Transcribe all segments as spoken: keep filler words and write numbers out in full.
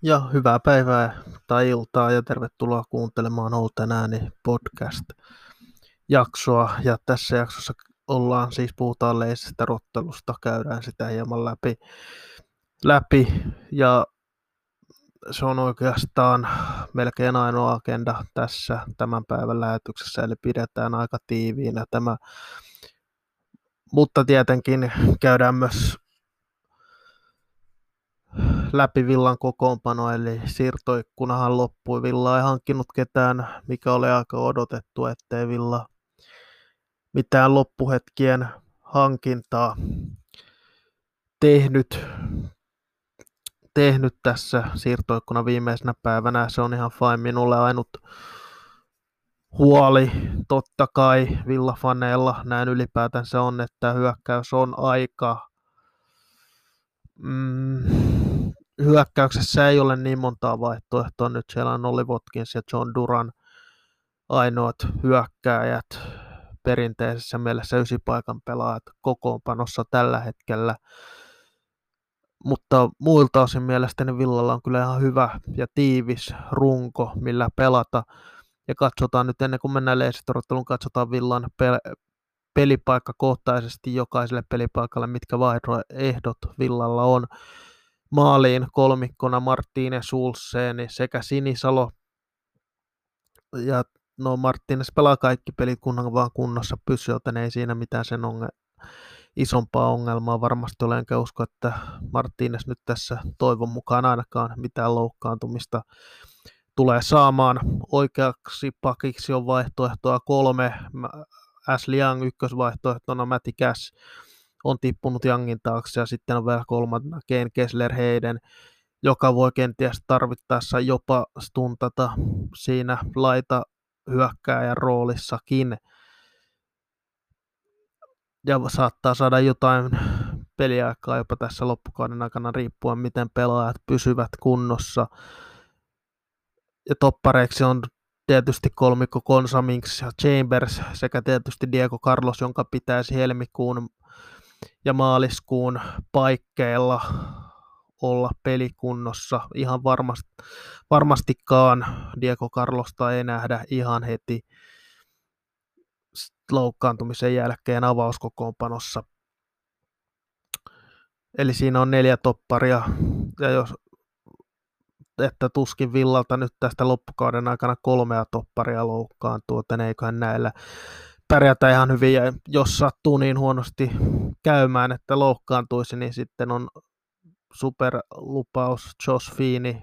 Ja hyvää päivää tai iltaa ja tervetuloa kuuntelemaan Olten ääni podcast-jaksoa. Ja tässä jaksossa ollaan siis puhutaan leisestä rottelusta, käydään sitä hieman läpi, läpi ja se on oikeastaan melkein ainoa agenda tässä tämän päivän lähetyksessä, eli pidetään aika tiiviinä tämä, mutta tietenkin käydään myös läpi Villan kokoonpano, eli siirtoikkunahan loppui. Villa ei hankkinut ketään, mikä oli aika odotettu, ettei Villa mitään loppuhetkien hankintaa tehnyt, tehnyt tässä siirtoikkuna viimeisenä päivänä. Se on ihan fine. Minulle ainut huoli totta kai Villa-faneilla näin ylipäätänsä on, että hyökkäys on aika... Mm, hyökkäyksessä ei ole niin montaa vaihtoehtoa. Nyt siellä on Ollie Watkins ja John Duran ainoat hyökkääjät, perinteisessä mielessä ysipaikan pelaajat kokoonpanossa tällä hetkellä. Mutta muilta osin mielestäni Villalla on kyllä ihan hyvä ja tiivis runko, millä pelata. Ja katsotaan nyt ennen kuin mennään lehdistöotteluun, katsotaan Villan pe- pelipaikkakohtaisesti jokaiselle pelipaikalle, mitkä vaihtoehdot Villalla on. Maaliin kolmikkona Martínez, Schulzeni sekä Sinisalo. Ja no Martínez pelaa kaikki pelit, kunhan vaan kunnossa pysyy, joten ei siinä mitään sen onge- isompaa ongelmaa varmasti ole, enkä usko, että Martínez nyt tässä toivon mukaan ainakaan mitään loukkaantumista tulee saamaan. Oikeaksi pakiksi on vaihtoehtoa kolme, Ashley Young ykkösvaihtoehtona, Matty Cash on tippunut Youngin taakse ja sitten on vielä kolmantena Kane Kessler-Hayden, joka voi kenties tarvittaessa jopa stuntata siinä laita hyökkääjän roolissakin ja saattaa saada jotain peliaikaa jopa tässä loppukauden aikana riippuen miten pelaajat pysyvät kunnossa. Ja toppareiksi on tietysti kolmikko Konsa, Minks ja Chambers sekä tietysti Diego Carlos, jonka pitäisi helmikuun ja maaliskuun paikkeilla olla pelikunnossa. Ihan varmasti, varmastikaan Diego Carlosta ei nähdä ihan heti loukkaantumisen jälkeen avauskokoonpanossa. Eli siinä on neljä topparia, ja jos että tuskin Villalta nyt tästä loppukauden aikana kolmea topparia loukkaantuu, joten eiköhän näillä pärjätä ihan hyvin, ja jos sattuu niin huonosti käymään, että loukkaantuisi, niin sitten on superlupaus Josh Feeney,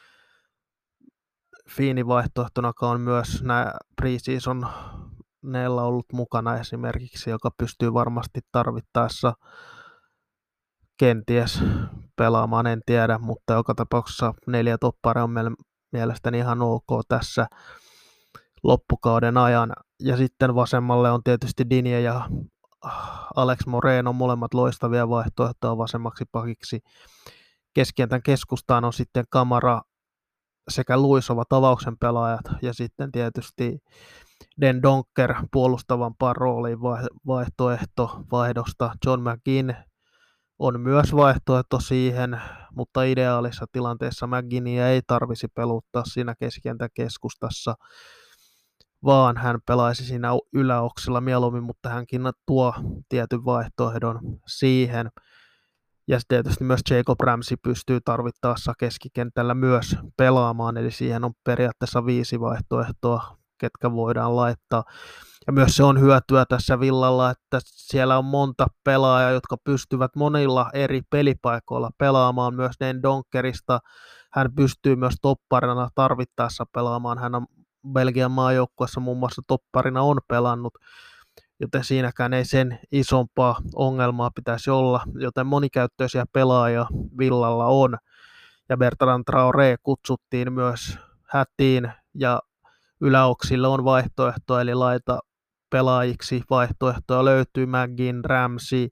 Feeney vaihtoehtona on myös nämä preseason neillä ollut mukana esimerkiksi, joka pystyy varmasti tarvittaessa kenties pelaamaan, en tiedä, mutta joka tapauksessa neljä topparia on mielestäni ihan ok tässä loppukauden ajan. Ja sitten vasemmalle on tietysti Digne ja Alex Moreno, molemmat loistavia vaihtoehtoja vasemmaksi pakiksi. Keskentän keskustaan on sitten Kamara sekä Luis ovat avauksen pelaajat ja sitten tietysti Den Donker puolustavampaan rooliin vaihtoehto vaihdosta. John McGinn on myös vaihtoehto siihen, mutta ideaalissa tilanteessa McGinnia ei tarvisi peluttaa siinä keskentän keskustassa, vaan hän pelaisi siinä yläoksilla mieluummin, mutta hänkin tuo tietyn vaihtoehdon siihen. Ja tietysti myös Jacob Ramsey pystyy tarvittaessa keskikentällä myös pelaamaan, eli siihen on periaatteessa viisi vaihtoehtoa, ketkä voidaan laittaa. Ja myös se on hyötyä tässä Villalla, että siellä on monta pelaajaa, jotka pystyvät monilla eri pelipaikoilla pelaamaan myös Den Donkerista. Hän pystyy myös topparina tarvittaessa pelaamaan. Hän on Belgian maajoukkueessa muun muassa topparina on pelannut, joten siinäkään ei sen isompaa ongelmaa pitäisi olla, joten monikäyttöisiä pelaajia Villalla on. Ja Bertrand Traoré kutsuttiin myös hätiin ja yläoksille on vaihtoehto, eli laita pelaajiksi vaihtoehtoja löytyy McGinn, Ramsey,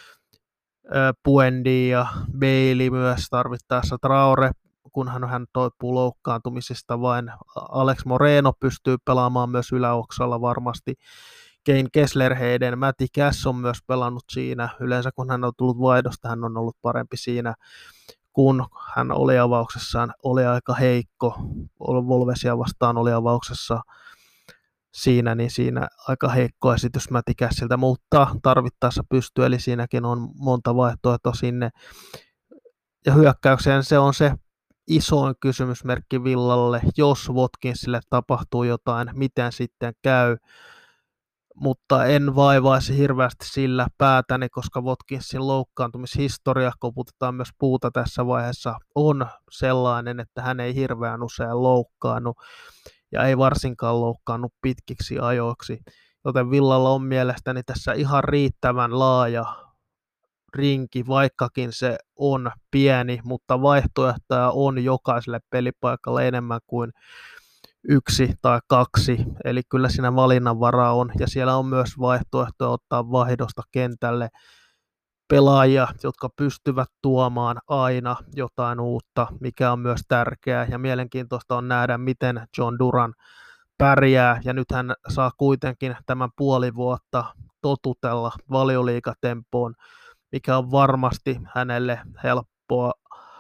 Buendia ja Bailey myös tarvittaessa Traore, kunhan hän toipuu loukkaantumisesta vain. Alex Moreno pystyy pelaamaan myös yläoksalla varmasti. Kane Kessler-Hayden, Matty Cash on myös pelannut siinä. Yleensä kun hän on tullut vaihdosta, hän on ollut parempi siinä kun hän oli avauksessaan, oli aika heikko. Wolvesia vastaan oli avauksessa siinä, niin siinä aika heikko esitys Matti Cassiltä, mutta tarvittaessa pystyy, eli siinäkin on monta vaihtoehtoa sinne. Ja hyökkäykseen se on se isoin kysymysmerkki Villalle, jos Watkinsille tapahtuu jotain, miten sitten käy. Mutta en vaivaisi hirveästi sillä päätäni, koska Watkinsin loukkaantumishistoria, koputetaan myös puuta tässä vaiheessa, on sellainen, että hän ei hirveän usein loukkaannu ja ei varsinkaan loukkaannut pitkiksi ajoiksi. Joten Villalla on mielestäni tässä ihan riittävän laaja rinki, vaikkakin se on pieni, mutta vaihtoehtoja on jokaiselle pelipaikalle enemmän kuin yksi tai kaksi, eli kyllä siinä valinnanvaraa on, ja siellä on myös vaihtoehtoja ottaa vaihdosta kentälle pelaajia, jotka pystyvät tuomaan aina jotain uutta, mikä on myös tärkeää, ja mielenkiintoista on nähdä, miten John Duran pärjää, ja nyt hän saa kuitenkin tämän puoli vuotta totutella Valioliigatempoon, mikä on varmasti hänelle helppoa,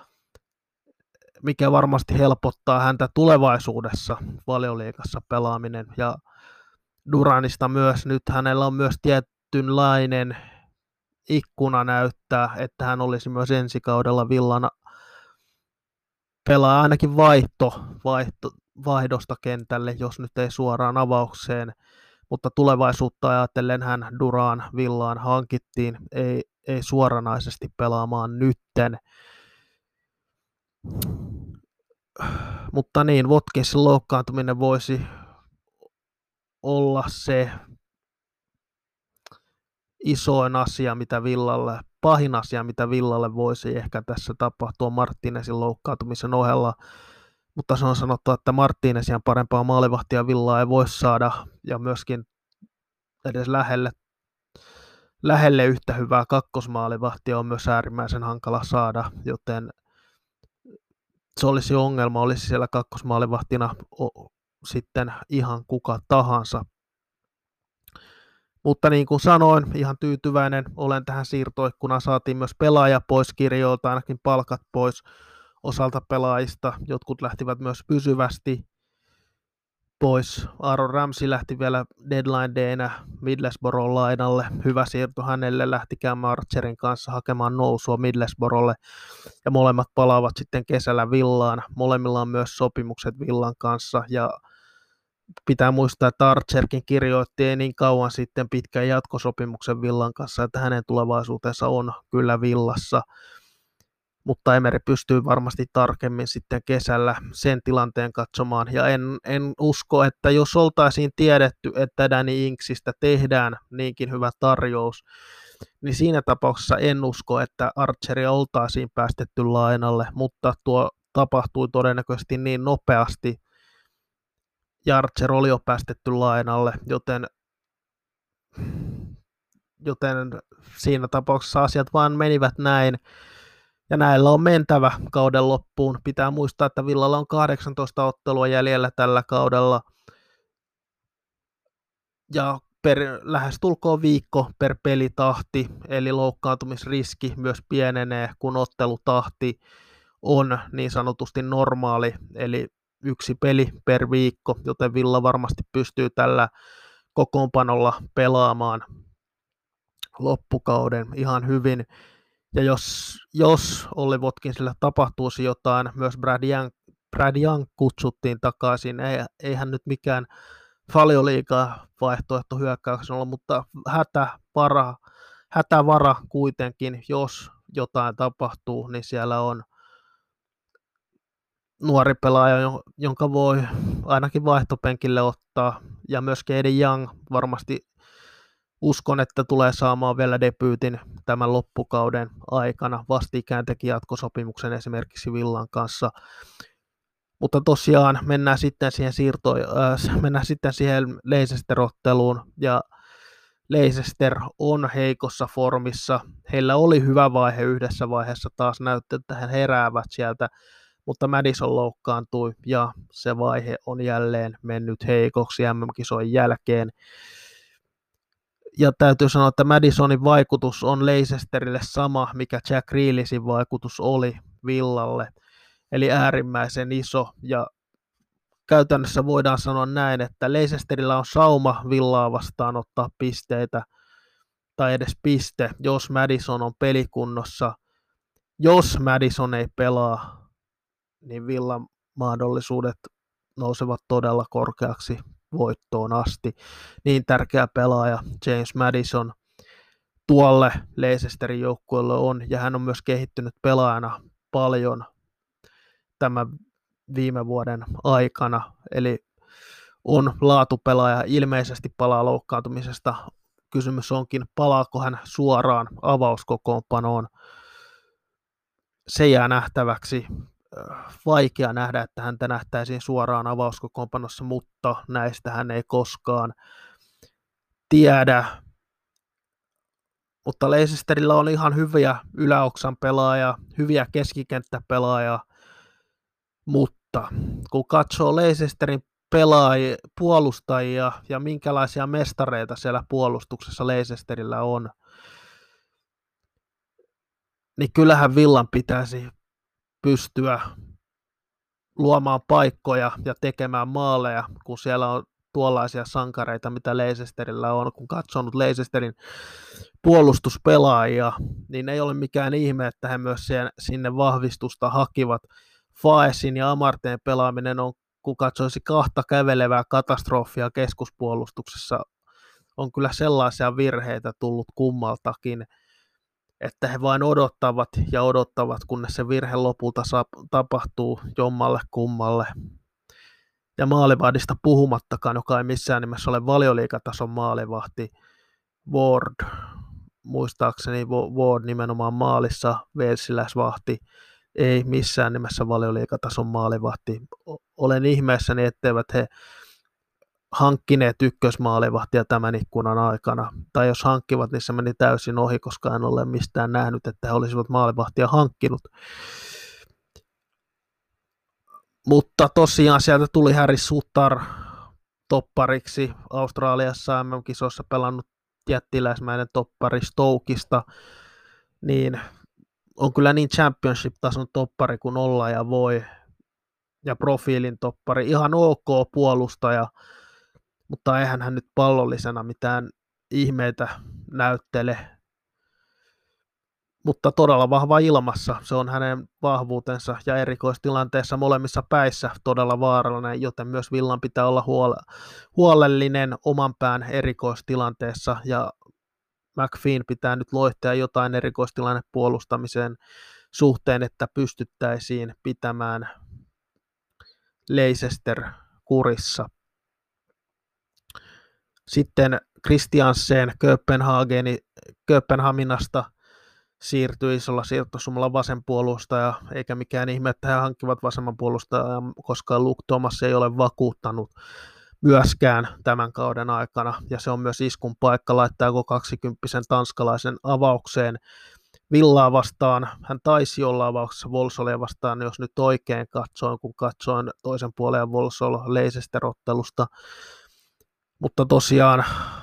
mikä varmasti helpottaa häntä tulevaisuudessa Valioliigassa pelaaminen. Ja Duranista myös, nyt hänellä on myös tietynlainen ikkuna näyttää, että hän olisi myös ensi kaudella Villana pelaa ainakin vaihto, vaihto, vaihdosta kentälle, jos nyt ei suoraan avaukseen, mutta tulevaisuutta ajatellen hän Duran Villaan hankittiin, ei, ei suoranaisesti pelaamaan nytten. Mutta niin, Watkinsin loukkaantuminen voisi olla se isoin asia, mitä Villalle, pahin asia, mitä Villalle voisi ehkä tässä tapahtua Martinezin loukkaantumisen ohella. Mutta se on sanottu, että Martinezin parempaa maalivahtia Villaa ei voi saada, ja myöskin edes lähelle, lähelle yhtä hyvää kakkosmaalivahtia on myös äärimmäisen hankala saada, joten se olisi ongelma, olisi siellä kakkosmaalivahtina sitten ihan kuka tahansa. Mutta niin kuin sanoin, ihan tyytyväinen olen tähän siirtoikkunaan. Saatiin myös pelaaja pois kirjoilta, ainakin palkat pois osalta pelaajista. Jotkut lähtivät myös pysyvästi pois. Aaron Ramsey lähti vielä deadline daynä Middlesbrough lainalle. Hyvä siirto hänelle, lähti Cam Archerin kanssa hakemaan nousua Middlesbroughlle. Ja molemmat palaavat sitten kesällä Villaan. Molemmilla on myös sopimukset Villan kanssa. Ja pitää muistaa, että Archerkin kirjoitti ei niin kauan sitten pitkän jatkosopimuksen Villan kanssa, että hänen tulevaisuutensa on kyllä Villassa. Mutta Emery pystyy varmasti tarkemmin sitten kesällä sen tilanteen katsomaan. Ja en, en usko, että jos oltaisiin tiedetty, että Danny Inksistä tehdään niinkin hyvä tarjous, niin siinä tapauksessa en usko, että Archeria oltaisiin päästetty lainalle, mutta tuo tapahtui todennäköisesti niin nopeasti, ja Archer oli jo päästetty lainalle, joten, joten siinä tapauksessa asiat vaan menivät näin. Ja näillä on mentävä kauden loppuun. Pitää muistaa, että Villalla on kahdeksantoista ottelua jäljellä tällä kaudella. Ja per, lähestulkoon viikko per pelitahti, eli loukkaantumisriski myös pienenee, kun ottelutahti on niin sanotusti normaali, eli yksi peli per viikko, joten Villa varmasti pystyy tällä kokoonpanolla pelaamaan loppukauden ihan hyvin. Ja jos, jos Olli Watkinsille tapahtuisi jotain, myös Brad Young, Brad Young kutsuttiin takaisin, ei, eihän nyt mikään Valioliiga vaihtoehto hyökkäyksen olla, mutta hätävara, hätävara kuitenkin, jos jotain tapahtuu, niin siellä on nuori pelaaja, jonka voi ainakin vaihtopenkille ottaa, ja myös Kaden Young varmasti uskon, että tulee saamaan vielä debyytin tämän loppukauden aikana. Vastikään teki jatkosopimuksen esimerkiksi Villan kanssa. Mutta tosiaan mennään sitten siihen siirtoon, äh, mennään sitten siihen Leicester-otteluun, ja Leicester on heikossa formissa. Heillä oli hyvä vaihe yhdessä vaiheessa, taas näytti, että he heräävät sieltä, mutta Madison loukkaantui, ja se vaihe on jälleen mennyt heikoksi M M-kisojen jälkeen. Ja täytyy sanoa, että Madisonin vaikutus on Leicesterille sama, mikä Jack Grealishin vaikutus oli Villalle, eli äärimmäisen iso, ja käytännössä voidaan sanoa näin, että Leicesterillä on sauma Villaa vastaan ottaa pisteitä, tai edes piste, jos Maddison on pelikunnossa. Jos Maddison ei pelaa, niin Villan mahdollisuudet nousevat todella korkeaksi voittoon asti. Niin tärkeä pelaaja James Maddison tuolle Leicesterin joukkueelle on, ja hän on myös kehittynyt pelaajana paljon tämän viime vuoden aikana, eli on laatupelaaja, ilmeisesti palaa loukkaantumisesta. Kysymys onkin, palaako hän suoraan avauskokoonpanoon. Se jää nähtäväksi. Vaikea nähdä, että häntä nähtäisiin suoraan avauskokoonpanossa, mutta näistä hän ei koskaan tiedä. Mutta Leicesterillä on ihan hyviä yläoksan pelaajia, hyviä keskikenttäpelaajia, mutta kun katsoo Leicesterin pelaajia, puolustajia ja minkälaisia mestareita siellä puolustuksessa Leicesterillä on, niin kyllähän Villan pitäisi pystyä luomaan paikkoja ja tekemään maaleja, kun siellä on tuollaisia sankareita, mitä Leicesterillä on. Kun katsonut Leicesterin puolustuspelaajia, niin ei ole mikään ihme, että he myös sinne vahvistusta hakivat. Faesin ja Amarteen pelaaminen on, kun katsoisi kahta kävelevää katastrofia keskuspuolustuksessa, on kyllä sellaisia virheitä tullut kummaltakin, että he vain odottavat ja odottavat, kunnes se virhe lopulta tapahtuu jommalle kummalle. Ja maalivahdista puhumattakaan, joka ei missään nimessä ole valioliigatason maalivahti, Ward, muistaakseni Ward nimenomaan maalissa, walesiläisvahti, ei missään nimessä valioliigatason maalivahti. Olen ihmeessäni, etteivät he hankkineet ykkösmaalivahtia tämän ikkunan aikana. Tai jos hankkivat, niin se meni täysin ohi, koska en ole mistään nähnyt, että he olisivat maalivahtia hankkinut. Mutta tosiaan sieltä tuli Harry Sutter toppariksi. Australiassa M M-kisoissa pelannut jättiläismäinen toppari Stokesta, niin on kyllä niin championship-tason toppari kuin olla ja voi, ja profiilin toppari, ihan ok puolustaja, mutta eihän hän nyt pallollisena mitään ihmeitä näyttele, mutta todella vahva ilmassa, se on hänen vahvuutensa, ja erikoistilanteessa molemmissa päissä todella vaarallinen, joten myös Villan pitää olla huolellinen oman pään erikoistilanteessa, ja McPheen pitää nyt loihtia jotain erikoistilanne puolustamiseen suhteen, että pystyttäisiin pitämään Leicester kurissa. Sitten Christiansen Kööpenhageni, Kööpenhaminasta siirtyi isolla siirtosummalla vasen puolustaja, eikä mikään ihme, että he hankkivat vasemman puolustajan, koska Luke Thomas ei ole vakuuttanut myöskään tämän kauden aikana, ja se on myös iskun paikka, laittaako kaksikymppisen tanskalaisen avaukseen Villaa vastaan. Hän taisi olla avauksessa Wolsolia vastaan, jos nyt oikein katsoin, kun katsoin toisen puolen Wolsol Leicester-ottelusta. Mutta tosiaan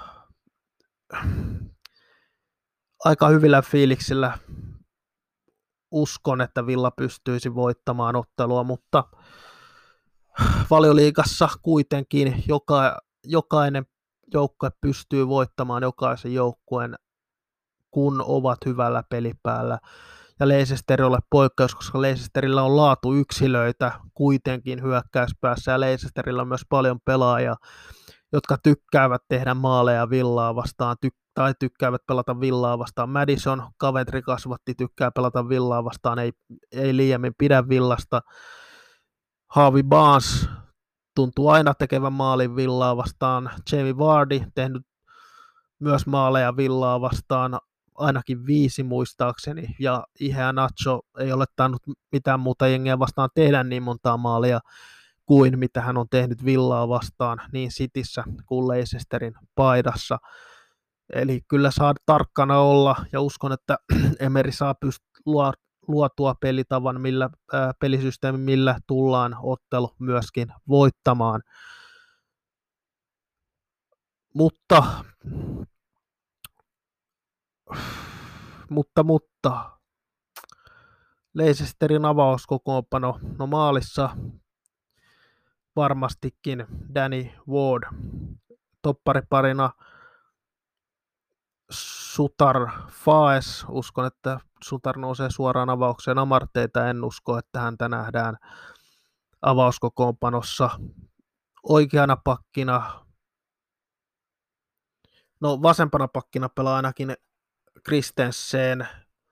aika hyvillä fiiliksillä uskon, että Villa pystyisi voittamaan ottelua, mutta Valioliigassa kuitenkin joka, jokainen joukkue pystyy voittamaan jokaisen joukkueen, kun ovat hyvällä pelipäällä. Ja Leicester ei ole poikkeus, koska Leicesterillä on laatuyksilöitä kuitenkin hyökkäyspäässä, ja Leicesterillä on myös paljon pelaajia, jotka tykkäävät tehdä maaleja Villaa vastaan, ty- tai tykkäävät pelata Villaa vastaan. Maddison, Coventry kasvatti, tykkää pelata Villaa vastaan, ei, ei liiemmin pidä Villasta. Harvey Barnes tuntuu aina tekevän maalin Villaa vastaan. Jamie Vardy tehnyt myös maaleja Villaa vastaan, ainakin viisi muistaakseni, ja Ihe Nacho ei ole tainnut mitään muuta jengiä vastaan tehdä niin montaa maalia kuin mitä hän on tehnyt Villaa vastaan niin Cityssä kuin Leicesterin paidassa. Eli kyllä saa tarkkana olla, ja uskon, että Emery saa pyst- luo, luotua pelitavan, millä, ää, pelisysteemin, millä tullaan ottelu myöskin voittamaan. Mutta, mutta, mutta, Leicesterin avauskokoonpano, no maalissa varmastikin Danny Ward, toppariparina Sutar Faes, uskon, että Sutar nousee suoraan avaukseen. Amarteita en usko, että häntä nähdään avauskokoonpanossa. Oikeana pakkina, no vasempana pakkina pelaa ainakin Christensen,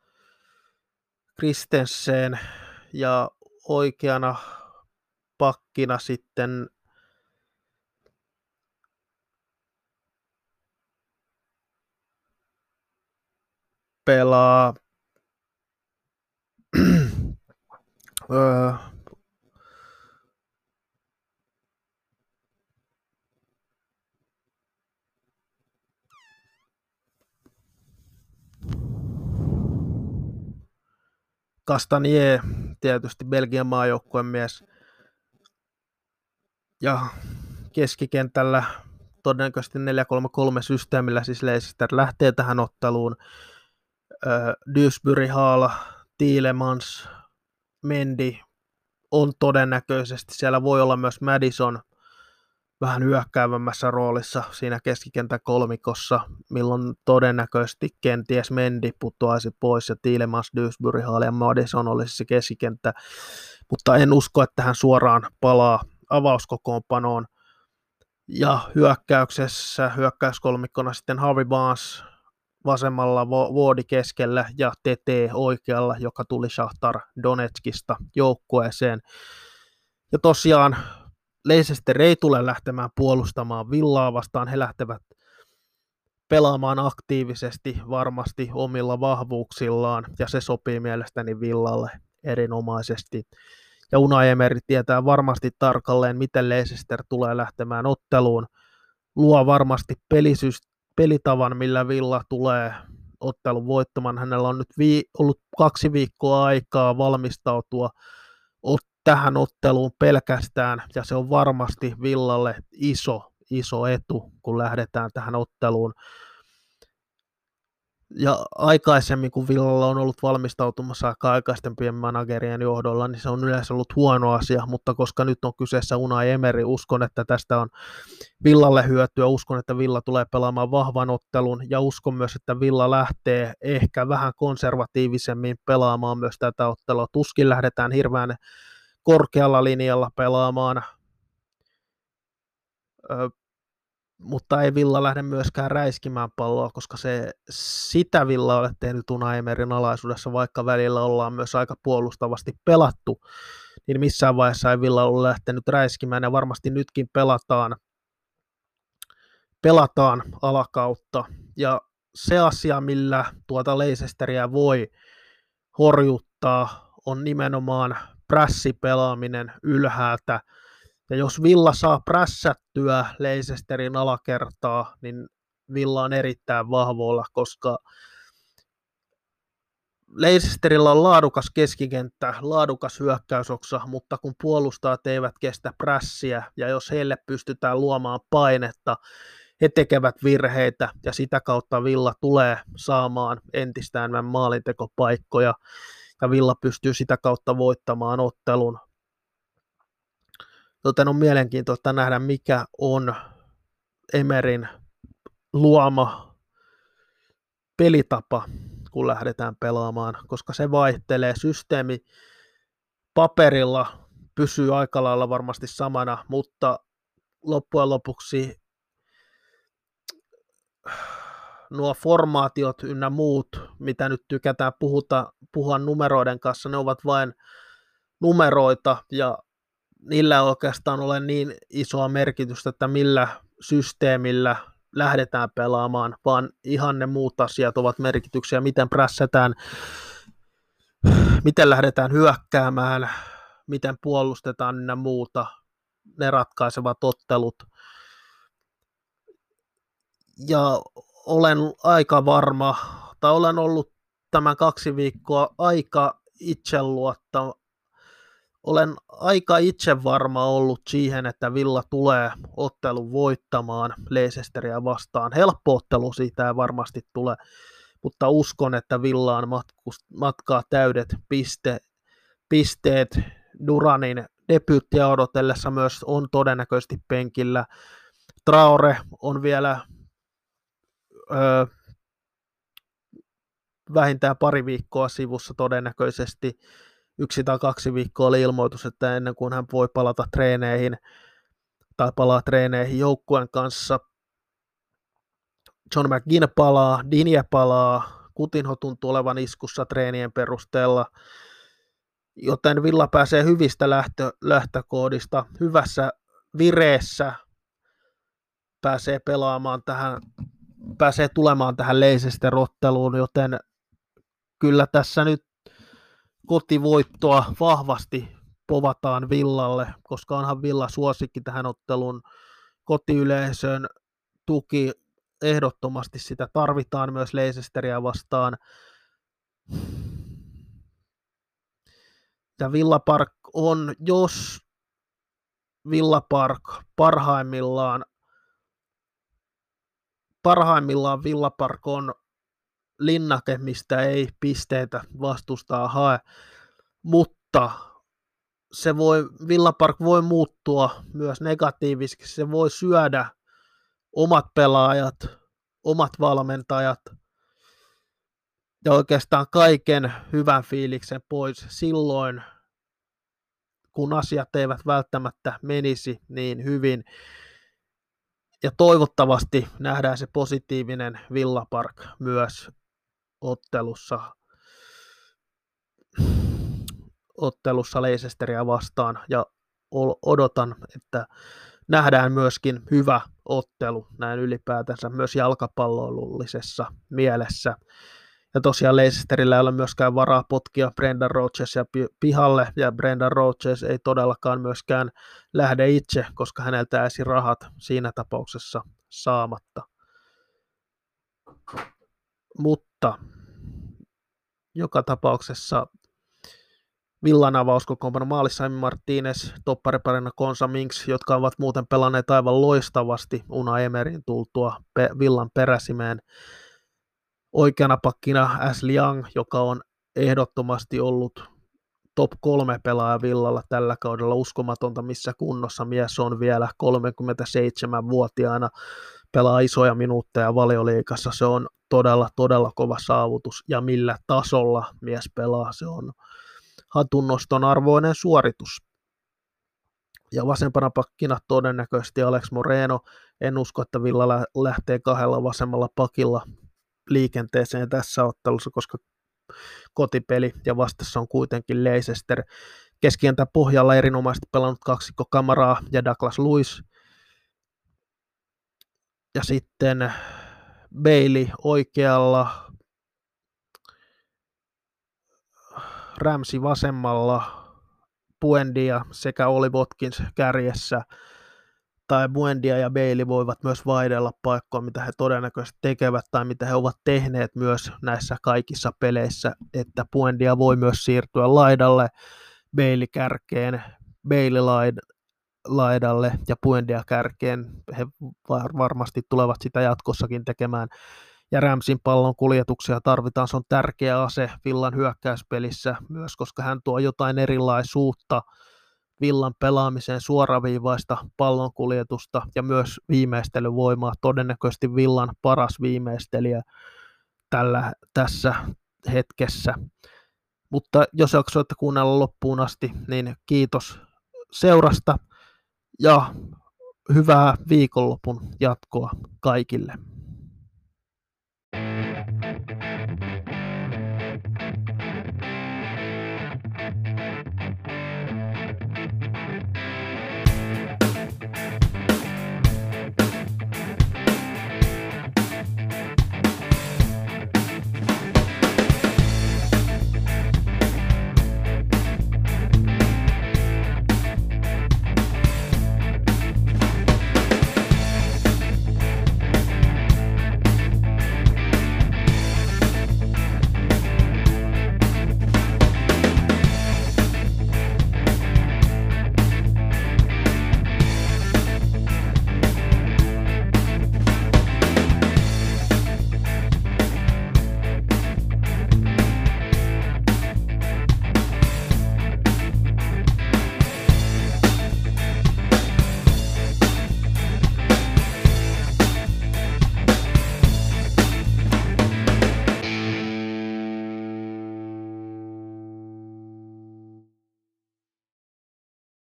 Christensen ja oikeana pakkina sitten pelaa öö, Castanier, tietysti Belgian maajoukkueen mies. Ja keskikentällä todennäköisesti neljä kolme kolme systeemillä siis Leicester lähtee tähän otteluun. Öö, Dewsbury, Hall, Tielemans, Mendy on todennäköisesti. Siellä voi olla myös Madison vähän hyökkäävämmässä roolissa siinä keskikentän kolmikossa, milloin todennäköisesti kenties Mendy putoaisi pois ja Tielemans, Dewsbury, Hall ja Madison olisi se keskikenttä. Mutta en usko, että hän suoraan palaa avauskokoonpanoon. Ja hyökkäyksessä, hyökkäyskolmikkona sitten Harvey Barnes vasemmalla, Wardi keskellä ja T T oikealla, joka tuli Shakhtar Donetskista joukkueeseen. Ja tosiaan Leicester ei tule lähtemään puolustamaan Villaa vastaan, he lähtevät pelaamaan aktiivisesti varmasti omilla vahvuuksillaan, ja se sopii mielestäni Villalle erinomaisesti. Ja Unai Emery tietää varmasti tarkalleen, miten Leicester tulee lähtemään otteluun. Luo varmasti pelisyst- pelitavan, millä Villa tulee ottelun voittamaan. Hänellä on nyt vi- ollut kaksi viikkoa aikaa valmistautua ot- tähän otteluun pelkästään, ja se on varmasti Villalle iso, iso etu, kun lähdetään tähän otteluun. Ja aikaisemmin, kun Villalla on ollut valmistautumassa aika aikaisempien managerien johdolla, niin se on yleensä ollut huono asia, mutta koska nyt on kyseessä Unai Emery, uskon, että tästä on Villalle hyötyä, uskon, että Villa tulee pelaamaan vahvan ottelun, ja uskon myös, että Villa lähtee ehkä vähän konservatiivisemmin pelaamaan myös tätä ottelua. Tuskin lähdetään hirveän korkealla linjalla pelaamaan, Ö, mutta ei Villa lähde myöskään räiskimään palloa, koska se, sitä Villa ole tehnyt Unai Emeryn alaisuudessa, vaikka välillä ollaan myös aika puolustavasti pelattu, niin missään vaiheessa ei Villa ole lähtenyt räiskimään, ja varmasti nytkin pelataan, pelataan alakautta, ja se asia, millä tuota Leicesteria voi horjuttaa, on nimenomaan prässipelaaminen ylhäältä. Ja jos Villa saa prässättyä Leicesterin alakertaa, niin Villa on erittäin vahvoilla, koska Leicesterillä on laadukas keskikenttä, laadukas hyökkäysoksa, mutta kun puolustajat eivät kestä prässiä, ja jos heille pystytään luomaan painetta, he tekevät virheitä, ja sitä kautta Villa tulee saamaan entistä enemmän maalintekopaikkoja, ja Villa pystyy sitä kautta voittamaan ottelun. Joten on mielenkiintoista nähdä, mikä on Emeryn luoma pelitapa, kun lähdetään pelaamaan, koska se vaihtelee. Systeemi paperilla pysyy aika lailla varmasti samana, mutta loppujen lopuksi nuo formaatiot ynnä muut, mitä nyt tykätään puhuta, puhua numeroiden kanssa, ne ovat vain numeroita, ja niillä ei oikeastaan ole niin isoa merkitystä, että millä systeemillä lähdetään pelaamaan, vaan ihan ne muut asiat ovat merkityksiä, miten prässätään, miten lähdetään hyökkäämään, miten puolustetaan ynnä muuta, ne ratkaisevat ottelut. Ja olen aika varma, tai olen ollut tämän kaksi viikkoa aika itseluottava, olen aika itsevarma ollut siihen, että Villa tulee ottelun voittamaan Leicesteria vastaan. Helppo ottelu siitä ei varmasti tule, mutta uskon, että Villaan matkaa täydet piste, pisteet Duranin debyyttiä odotellessa myös on todennäköisesti penkillä. Traore on vielä öö, vähintään pari viikkoa sivussa todennäköisesti. Yksi tai kaksi viikkoa oli ilmoitus, että ennen kuin hän voi palata treeneihin tai palaa treeneihin joukkueen kanssa. John McGinn palaa, Digne palaa, Coutinho tuntuu olevan iskussa treenien perusteella, joten Villa pääsee hyvistä lähtö, lähtökohdista, hyvässä vireessä, pääsee pelaamaan tähän, pääsee tulemaan tähän Leicester-otteluun, joten kyllä tässä nyt kotivoittoa vahvasti povataan Villalle, koska onhan Villa suosikki tähän otteluun. Kotiyleisön tuki ehdottomasti sitä tarvitaan myös Leicesteria vastaan. Ja Villa Park on, jos Villa Park parhaimmillaan, parhaimmillaan Villa Park on linnake, mistä ei pisteitä vastustaa hae, mutta se voi, Villa Park voi muuttua myös negatiivisesti, se voi syödä omat pelaajat, omat valmentajat ja oikeastaan kaiken hyvän fiiliksen pois silloin, kun asiat eivät välttämättä menisi niin hyvin. Ja toivottavasti nähdään se positiivinen Villa Park myös ottelussa, ottelussa Leicesteria vastaan. Ja odotan, että nähdään myöskin hyvä ottelu näin ylipäätänsä myös jalkapallollisessa mielessä. Ja tosiaan Leicesterillä ei ole myöskään varaa potkia Brendan Rodgersia pihalle, ja Brendan Rodgers ei todellakaan myöskään lähde itse, koska häneltä jäisi rahat siinä tapauksessa saamatta. Mutta joka tapauksessa Villan avauskokoonpano maalissa Martínez, toppariparina Konsa Minks, jotka ovat muuten pelanneet aivan loistavasti Unai Emeryn tultua pe- Villan peräsimeen. Oikeana pakkina Ashley Young, joka on ehdottomasti ollut top kolme pelaaja Villalla tällä kaudella, uskomatonta missä kunnossa mies on vielä kolmekymmentäseitsemänvuotiaana, pelaa isoja minuutteja Valioliigassa, se on todella todella kova saavutus, ja millä tasolla mies pelaa, se on hatunnoston arvoinen suoritus. Ja vasempana pakkina todennäköisesti Alex Moreno, en usko, että Villa lähtee kahdella vasemmalla pakilla liikenteeseen tässä ottelussa, koska kotipeli ja vastassa on kuitenkin Leicester. Keskentän pohjalla erinomaisesti pelannut kaksikko Kamaraa ja Douglas Luiz. Ja sitten Bailey oikealla, Ramsey vasemmalla, Buendia sekä Oli Watkins kärjessä. Tai Buendia ja Bailey voivat myös vaihdella paikkoa, mitä he todennäköisesti tekevät tai mitä he ovat tehneet myös näissä kaikissa peleissä, että Buendia voi myös siirtyä laidalle, Bailey kärkeen, Bailey laidalle ja Buendia kärkeen. He varmasti tulevat sitä jatkossakin tekemään. Ja Ramsin pallon kuljetuksia tarvitaan, se on tärkeä ase Villan hyökkäyspelissä myös, koska hän tuo jotain erilaisuutta Villan pelaamiseen, suoraviivaista pallonkuljetusta ja myös viimeistelyvoimaa, todennäköisesti Villan paras viimeistelijä tällä, tässä hetkessä. Mutta jos jaksoitte kuunnella loppuun asti, niin kiitos seurasta ja hyvää viikonlopun jatkoa kaikille.